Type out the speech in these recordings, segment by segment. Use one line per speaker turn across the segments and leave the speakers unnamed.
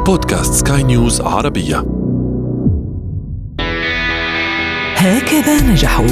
بودكاست سكاي نيوز عربية.
هكذا نجحوا.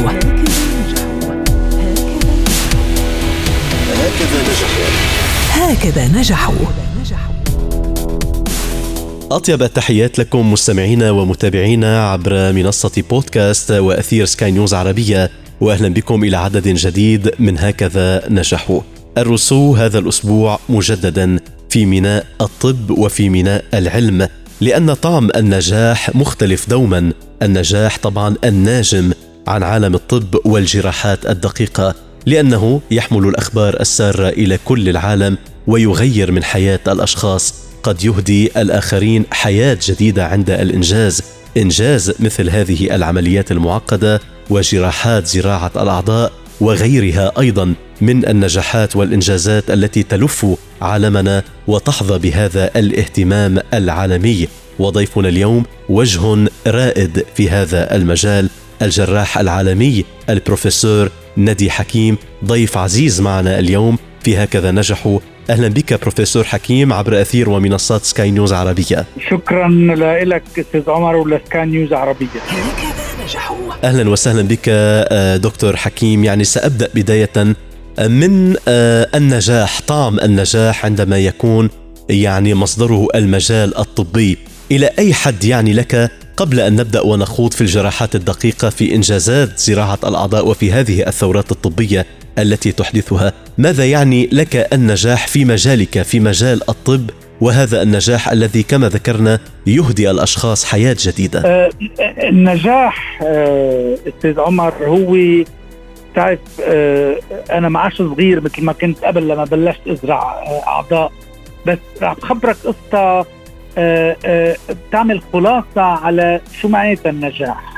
أطيب التحيات لكم مستمعينا ومتابعينا عبر منصة بودكاست وأثير سكاي نيوز عربية، وأهلا بكم إلى عدد جديد من هكذا نجحوا. الرسو هذا الأسبوع مجددا في ميناء الطب وفي ميناء العلم، لأن طعم النجاح مختلف دوما. النجاح طبعا الناجم عن عالم الطب والجراحات الدقيقة، لأنه يحمل الأخبار السارة إلى كل العالم ويغير من حياة الأشخاص، قد يهدي الآخرين حياة جديدة عند إنجاز مثل هذه العمليات المعقدة وجراحات زراعة الأعضاء وغيرها أيضا من النجاحات والإنجازات التي تلف عالمنا وتحظى بهذا الاهتمام العالمي. وضيفنا اليوم وجه رائد في هذا المجال، الجراح العالمي البروفيسور ندي حكيم، ضيف عزيز معنا اليوم في هكذا نجحوا. أهلا بك بروفيسور حكيم عبر أثير ومنصات سكاي نيوز عربية.
شكرا لك أستاذ عمر ولسكاي نيوز عربية.
أهلا وسهلا بك دكتور حكيم. يعني سأبدأ بداية من النجاح، طعم النجاح عندما يكون يعني مصدره المجال الطبي، إلى أي حد يعني لك قبل أن نبدأ ونخوض في الجراحات الدقيقة في إنجازات زراعة الأعضاء وفي هذه الثورات الطبية التي تحدثها، ماذا يعني لك النجاح في مجالك في مجال الطب، وهذا النجاح الذي كما ذكرنا يهدي الأشخاص حياة جديدة؟
النجاح أستاذ عمر هو تعرف، أنا معاش صغير مثل ما كنت قبل لما بلشت أزرع أعضاء، بس رح بخبرك قصة بتعمل خلاصة على شو معناتها النجاح.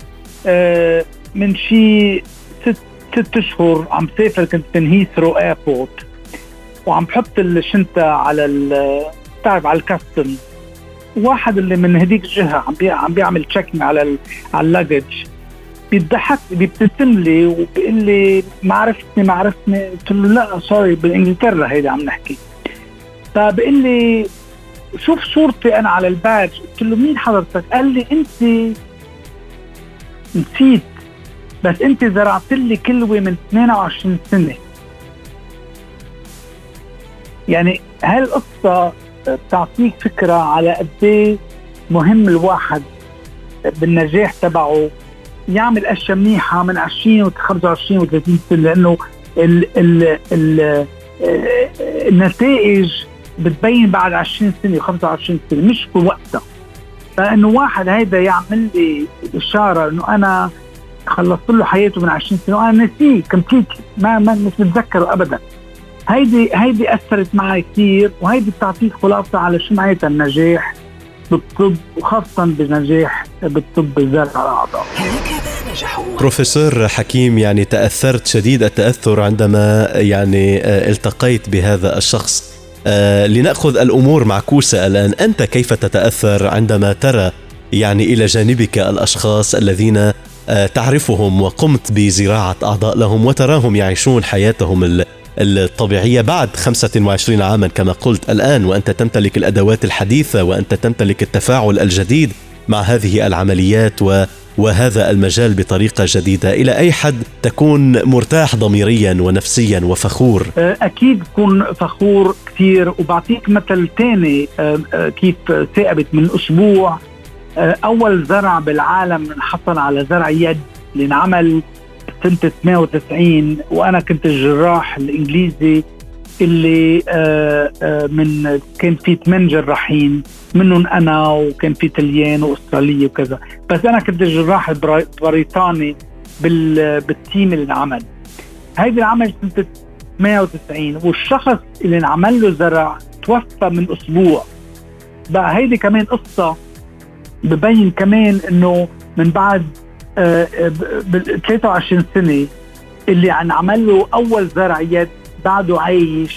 من شي 6 أشهر عم سافر، كنت من هيثرو ايربورت وعم بحط الشنطة على تعرف على الكاستم، واحد اللي من هديك الجهة عم بيعمل تشيك على اللاجج، بيضحك بيبتسم لي وبيقول لي ما عرفتني. قلت له لا سوري، بالإنجلترا هيدا عم نحكي. فبقول لي شوف صورتي أنا على الباج. قلت له مين حضرتك؟ قال لي أنت نسيت، بس أنت زرعت لي كلوة من 22 سنة. يعني هالقصة بتعطيك فكرة على قد مهم الواحد بالنجاح تبعه يعمل أشياء منيحة من 20 و25 و30 سنة، لأنه النتائج بتبين بعد 20 سنة و25 سنة مش بوقتها. فإنه واحد هيدا يعمل لي إشارة إنه أنا خلصت له حياته من 20 سنة وأنا نسيه كمبليتلي، ما مش متذكره أبدا. هيدي أثرت معي كثير، وهيدي بتعطيك خلاصة على شو معناتها النجاح بالطب، وخاصة بالنجاح بالطب زرع الأعضاء.
بروفيسور حكيم، يعني تأثرت شديد التأثر عندما يعني التقيت بهذا الشخص. لنأخذ الأمور معكوسة الآن، أنت كيف تتأثر عندما ترى يعني إلى جانبك الأشخاص الذين تعرفهم وقمت بزراعة أعضاء لهم وتراهم يعيشون حياتهم الطبيعية بعد 25 عاما كما قلت الآن، وأنت تمتلك الأدوات الحديثة وأنت تمتلك التفاعل الجديد مع هذه العمليات وهذا المجال بطريقة جديدة، إلى أي حد تكون مرتاح ضميريا ونفسيا وفخور؟
أكيد بكون فخور كثير. وبعطيك مثل تاني كيف ثابت من أسبوع أول زرع بالعالم حصل على زرع يد اللي انعمل سنة 98، وأنا كنت الجراح الإنجليزي اللي من كان في 8 جراحين منهم أنا، وكان في إيطاليان وأسترالي وكذا، بس أنا كنت الجراح البريطاني بالتيم اللي انعمل. هيدي العمل سنة 98، والشخص اللي انعمل له زرع توفى من أسبوع. بقى هيدي كمان قصة ببين كمان إنه من بعد 23 سنة اللي عمل له أول زرع يد بعده عايش،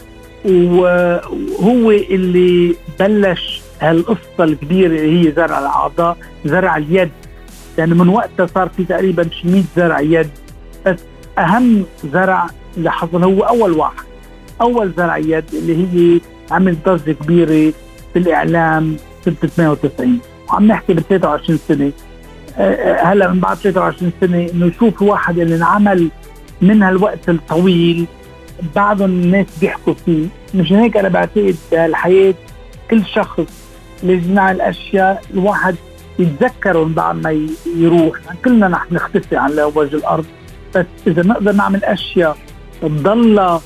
وهو اللي بلش هالقصة الكبيرة اللي هي زرع الأعضاء، زرع اليد. يعني من وقتها صار في تقريبا 100 زرع يد، بس أهم زرع اللي حصل هو أول زرع يد اللي هي عمل ضجة كبيرة بالإعلام سنة 98 وعم نحكي ب 23 سنة. هلا من بعد 23 سنة إنه يشوف واحد اللي انعمل من هالوقت الطويل بعضهم الناس بيحكوا فيه. مش هيك أنا بعتقد الحياة كل شخص لازم نعمل أشياء الواحد يتذكرهم بعد ما يروح. يعني كلنا نحن نختفي عن وجه الأرض، بس إذا نقدر نعمل أشياء تضل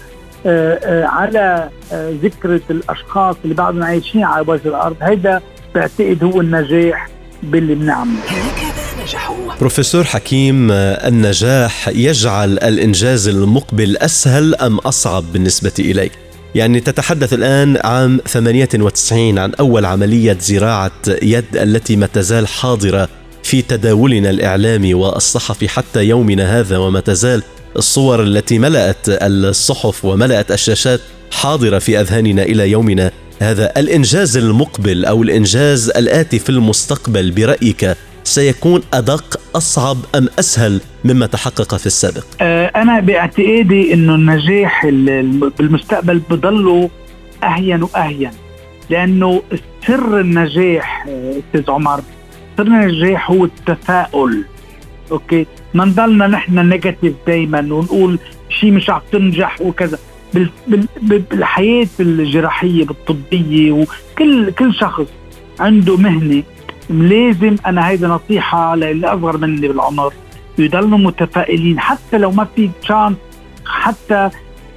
على ذكرى الأشخاص اللي بعدهم عايشين على وجه الأرض، هذا بعتقد هو النجاح باللي بنعمله.
بروفيسور حكيم، النجاح يجعل الإنجاز المقبل أسهل أم أصعب بالنسبة إليك؟ يعني تتحدث الآن عام 98 عن أول عملية زراعة يد التي ما تزال حاضرة في تداولنا الإعلامي والصحفي حتى يومنا هذا، وما تزال الصور التي ملأت الصحف وملأت الشاشات حاضرة في أذهاننا إلى يومنا هذا. الإنجاز المقبل أو الإنجاز الآتي في المستقبل برأيك سيكون أدق، أصعب أم أسهل مما تحقق في السابق؟
أنا باعتقادي إنه النجاح بالمستقبل بضله أهين وأهين، لأنه سر النجاح أستاذ عمر، سر النجاح هو التفاؤل. أوكي، ما نضلنا نحن نيجاتيف دايما ونقول شيء مش عم تنجح وكذا. بالحياة الجراحية بالطبية وكل شخص عنده مهنة لازم، أنا هيدا نصيحة للي أصغر مني بالعمر، يضلوا متفائلين حتى لو ما في شانس حتى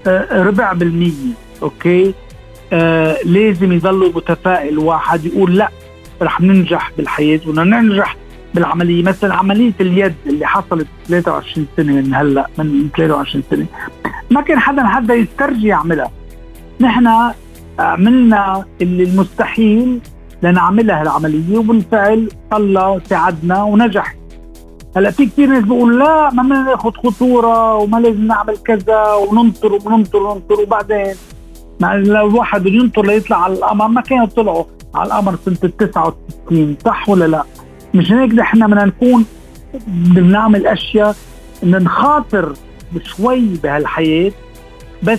4%. أوكي، لازم يضلوا متفائل. واحد يقول لا رح ننجح بالحياة وننجح بالعملية. مثلا عملية اليد اللي حصلت 23 سنة من هلأ، من 23 سنة ما كان حدا يسترجي يعملها. نحن عملنا اللي المستحيل لنعملها العملية، وبالفعل الله ساعدنا ونجح. هلا في كثير ناس بيقول لا ما بدنا ناخذ خطورة وما لازم نعمل كذا وننطر وبعدين لو الواحد ينطر ليطلع على القمر ما كانوا طلعوا على القمر سنة 69، صح ولا لا؟ مش هيك نحن بدنا نكون بنعمل أشياء نخاطر بشوي بهالحياة، بس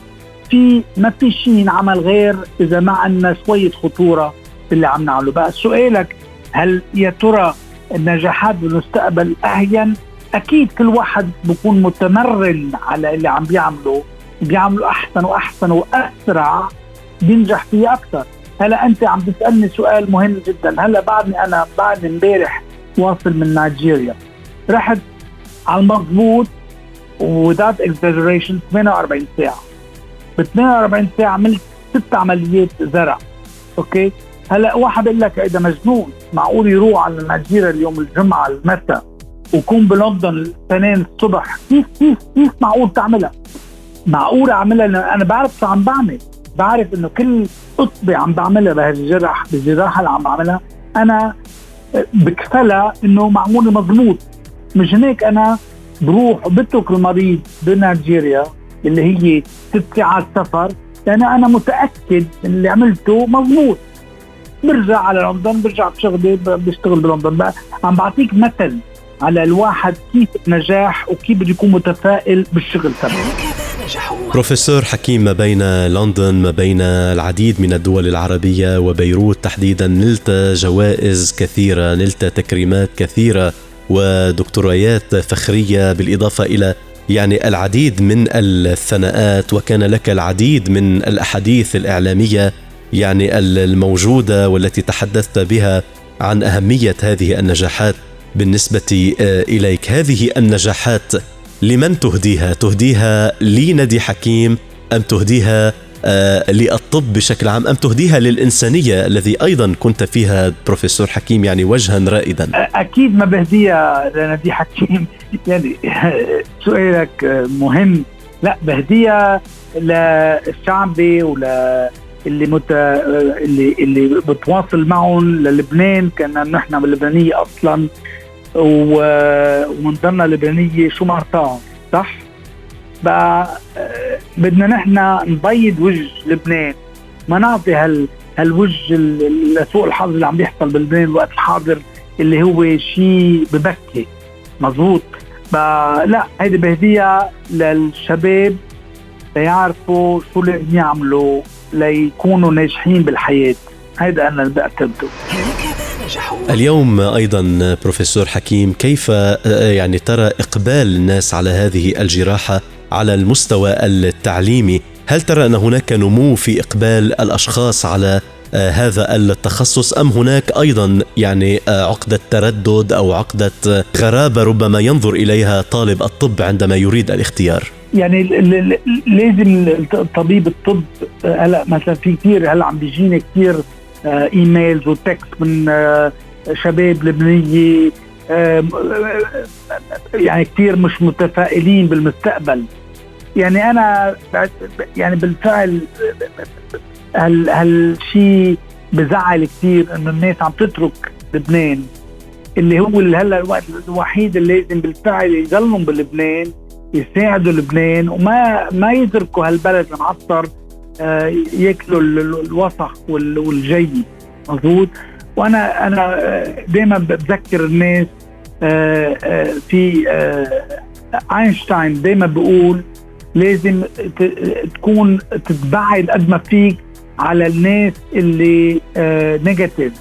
ما في شيء نعمل غير إذا ما عندنا شوية خطورة اللي عم نعمله. بقى سؤالك هل يا ترى النجاحات بالمستقبل أهين؟ أكيد كل واحد بيكون متمرن على اللي عم بيعمله أحسن وأحسن وأسرع، بينجح فيه أكثر. هلا أنت عم تسألني سؤال مهم جدا. هلا بعد امبارح واصل من نيجيريا، رحت على المضبوط without exaggeration 48 ساعة. ب 48 ساعة عملت 6 عمليات زرع. أوكي، هلا واحد يقول لك إذا مجنون، معقول يروح على نيجيريا اليوم الجمعة المساء ويكون بلندن الاثنين الصبح؟ كيف معقول تعملها؟ معقول أعملها؟ أنا بعرف شو عم بعمل، بعرف إنه كل قطبة عم بعملها بالجراحة اللي عم بعملها أنا بكفلها إنه معمول مضبوط. مش هيك أنا بروح وبترك المريض بنيجيريا اللي هي 6 ساعات سفر، لأن أنا متأكد إن اللي عملته مضبوط. برجع على لندن، برجع بشغلي، بشتغل بلندن. بقى عم بعطيك مثل على الواحد كيف النجاح وكيف بده يكون متفائل بالشغل تبعه.
بروفيسور حكيم، ما بين لندن، ما بين العديد من الدول العربية وبيروت تحديدا، نلت جوائز كثيرة، نلت تكريمات كثيرة ودكتوريات فخرية، بالإضافة إلى يعني العديد من الثناءات، وكان لك العديد من الأحاديث الإعلامية يعني الموجودة والتي تحدثت بها عن أهمية هذه النجاحات بالنسبة إليك. هذه النجاحات لمن تهديها؟ تهديها لنادي حكيم أم تهديها للطب بشكل عام أم تهديها للإنسانية الذي أيضا كنت فيها بروفيسور حكيم يعني وجها رائدا؟
أكيد ما بهديها لنادي حكيم، يعني سؤالك مهم. لا، بهديها للشعبي ولا اللي بتواصل معهم للبنان. كنا نحن باللبنانية أصلا ومنضلنا لبنانية شو مرتاح، صح؟ بقى بدنا نحن نبيض وجه لبنان، ما نعطي هالوجه لسوء الحظ اللي عم بيحصل بلبنان الوقت الحاضر اللي هو شيء ببكي. مزبوط. لا، هيدي بهدية للشباب ليعرفوا شو لازم يعملوا ليكونوا ناجحين بالحياة. هيدا أنا اللي بعتبره.
اليوم أيضا بروفيسور حكيم، كيف يعني ترى إقبال الناس على هذه الجراحة على المستوى التعليمي؟ هل ترى أن هناك نمو في إقبال الأشخاص على هذا التخصص، أم هناك أيضا يعني عقدة تردد أو عقدة غرابة ربما ينظر إليها طالب الطب عندما يريد الاختيار؟
يعني لازم طبيب الطب هلا مثلا في كثير هلا عم بيجينا كثير ايميلز وتكست من شباب لبنانية يعني كثير مش متفائلين بالمستقبل. يعني أنا يعني بالفعل هالشيء بزعل كثير إنه الناس عم تترك لبنان، اللي هو هلا الوقت الوحيد اللي لازم بالفعل يضلوا بلبنان، يساعدوا لبنان وما يتركوا هالبلد المعطر ياكلوا الوسخ والجي. مظبوط. وانا دائما بذكر الناس في اينشتاين دائما بيقول لازم تكون تتبعد قد ما فيك على الناس اللي نيجاتيف.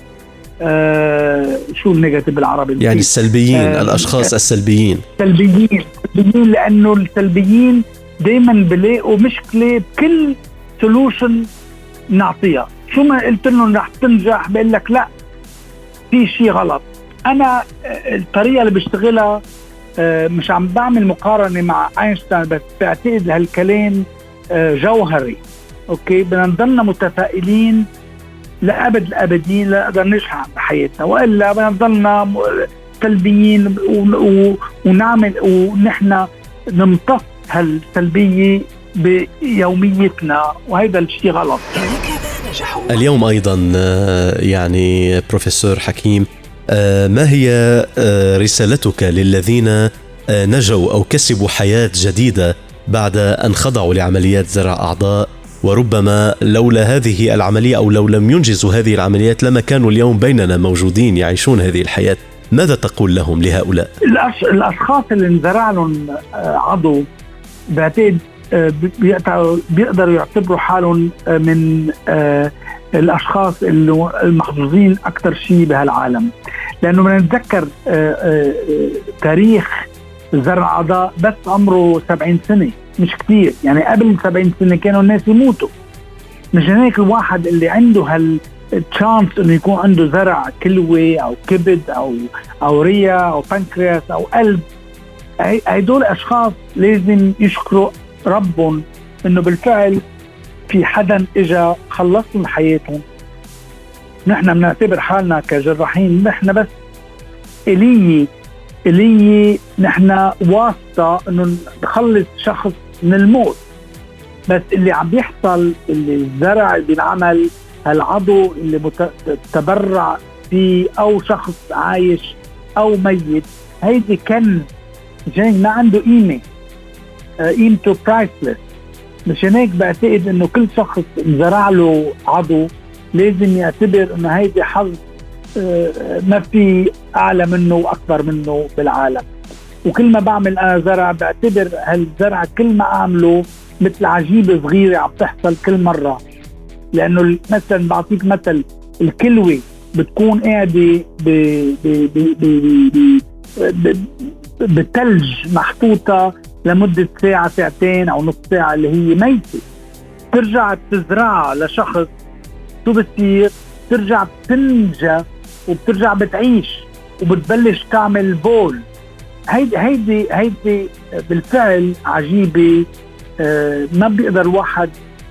شو النيجاتيف بالعربي؟
يعني السلبيين، الاشخاص السلبيين.
سلبيين لانه السلبيين دائما بلاقوا مشكله بكل سولوشن نعطيها. شو ما قلت لهم رح تنجح بقول لك لا، في شيء غلط. انا الطريقه اللي بشتغلها مش عم بعمل مقارنه مع اينشتاين، بس بعتقد هالكلام جوهري. اوكي، بدنا نضلنا متفائلين لأبد الأبدين لنقدر نجح بحياتنا، وإلا بدنا نضلنا سلبيين ونعمل ونحن نمتص هالسلبية بيوميتنا، وهذا الشيء غلط.
اليوم أيضا يعني بروفيسور حكيم، ما هي رسالتك للذين نجوا أو كسبوا حياة جديدة بعد أن خضعوا لعمليات زرع أعضاء، وربما لولا هذه العملية أو لو لم ينجزوا هذه العمليات لما كانوا اليوم بيننا موجودين يعيشون هذه الحياة؟ ماذا تقول لهم لهؤلاء؟
الأشخاص اللي انزرع لهم عضو بعتقد بيقدروا يعتبروا حالهم من الأشخاص المحظوظين أكثر شيء بهالعالم، لأنه بدنا نتذكر تاريخ زرع أعضاء بس عمره 70 سنة، مش كتير. يعني قبل 70 سنة كانوا الناس يموتوا. مش هناك الواحد اللي عنده هالتشانس انه يكون عنده زرع كلوة او كبد او رئة او بنكرياس او قلب، هيدول اشخاص لازم يشكروا ربهم انه بالفعل في حدا اجا خلصهم حياتهم. نحن بنعتبر حالنا كجراحين نحن بس إلي نحن واسطة انه نخلص شخص من الموت، بس اللي عم بيحصل اللي الزرع اللي بينعمل هالعضو اللي تبرع فيه او شخص عايش او ميت، هيدي كنز ما عنده قيمته برايسلس. مش هيك بعتقد انه كل شخص زرع له عضو لازم يعتبر انه هيدي حظ ما في أعلى منه وأكبر منه بالعالم. وكل ما بعمل أنا زرع بعتبر هالزرع كل ما أعمله مثل عجيبة صغيرة عم تحصل كل مرة. لأنه مثلا بعطيك مثل الكلوة بتكون قاعدة بالثلج محطوطة لمدة ساعة ساعتين أو نص ساعة اللي هي ميتة، ترجع تزرعها لشخص شو بتصير؟ ترجع بتنجى وبترجع بتعيش وبتبلش تعمل بول. هيدي بالفعل عجيبة، ما بيقدر الواحد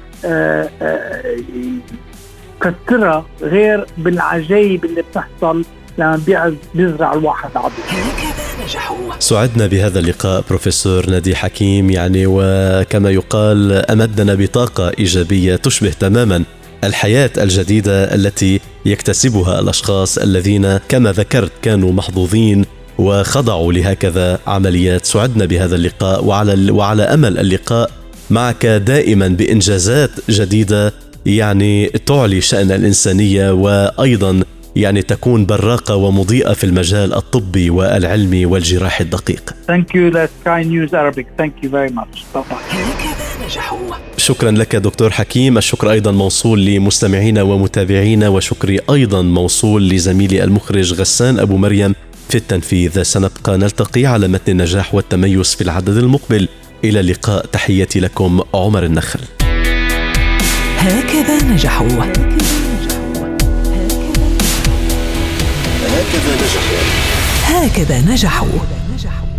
يفسرها غير بالعجائب اللي بتحصل لما بيزرع الواحد عضو.
سعدنا بهذا اللقاء بروفيسور نادي حكيم، يعني وكما يقال أمدنا بطاقة إيجابية تشبه تماما الحياة الجديدة التي يكتسبها الأشخاص الذين كما ذكرت كانوا محظوظين وخضعوا لهكذا عمليات. سعدنا بهذا اللقاء وعلى أمل اللقاء معك دائما بإنجازات جديدة يعني تعلي شأن الإنسانية، وأيضا يعني تكون براقة ومضيئة في المجال الطبي والعلمي والجراحي الدقيق.
Thank you, Sky News Arabic. Thank you very much. Bye-bye.
نجحوا.
شكرا لك دكتور حكيم. الشكر أيضا موصول لمستمعينا ومتابعينا، وشكري أيضا موصول لزميلي المخرج غسان أبو مريم في التنفيذ. سنبقى نلتقي على متن النجاح والتميز في العدد المقبل. إلى اللقاء، تحياتي لكم، عمر النخل.
هكذا نجحوا. هكذا نجحوا.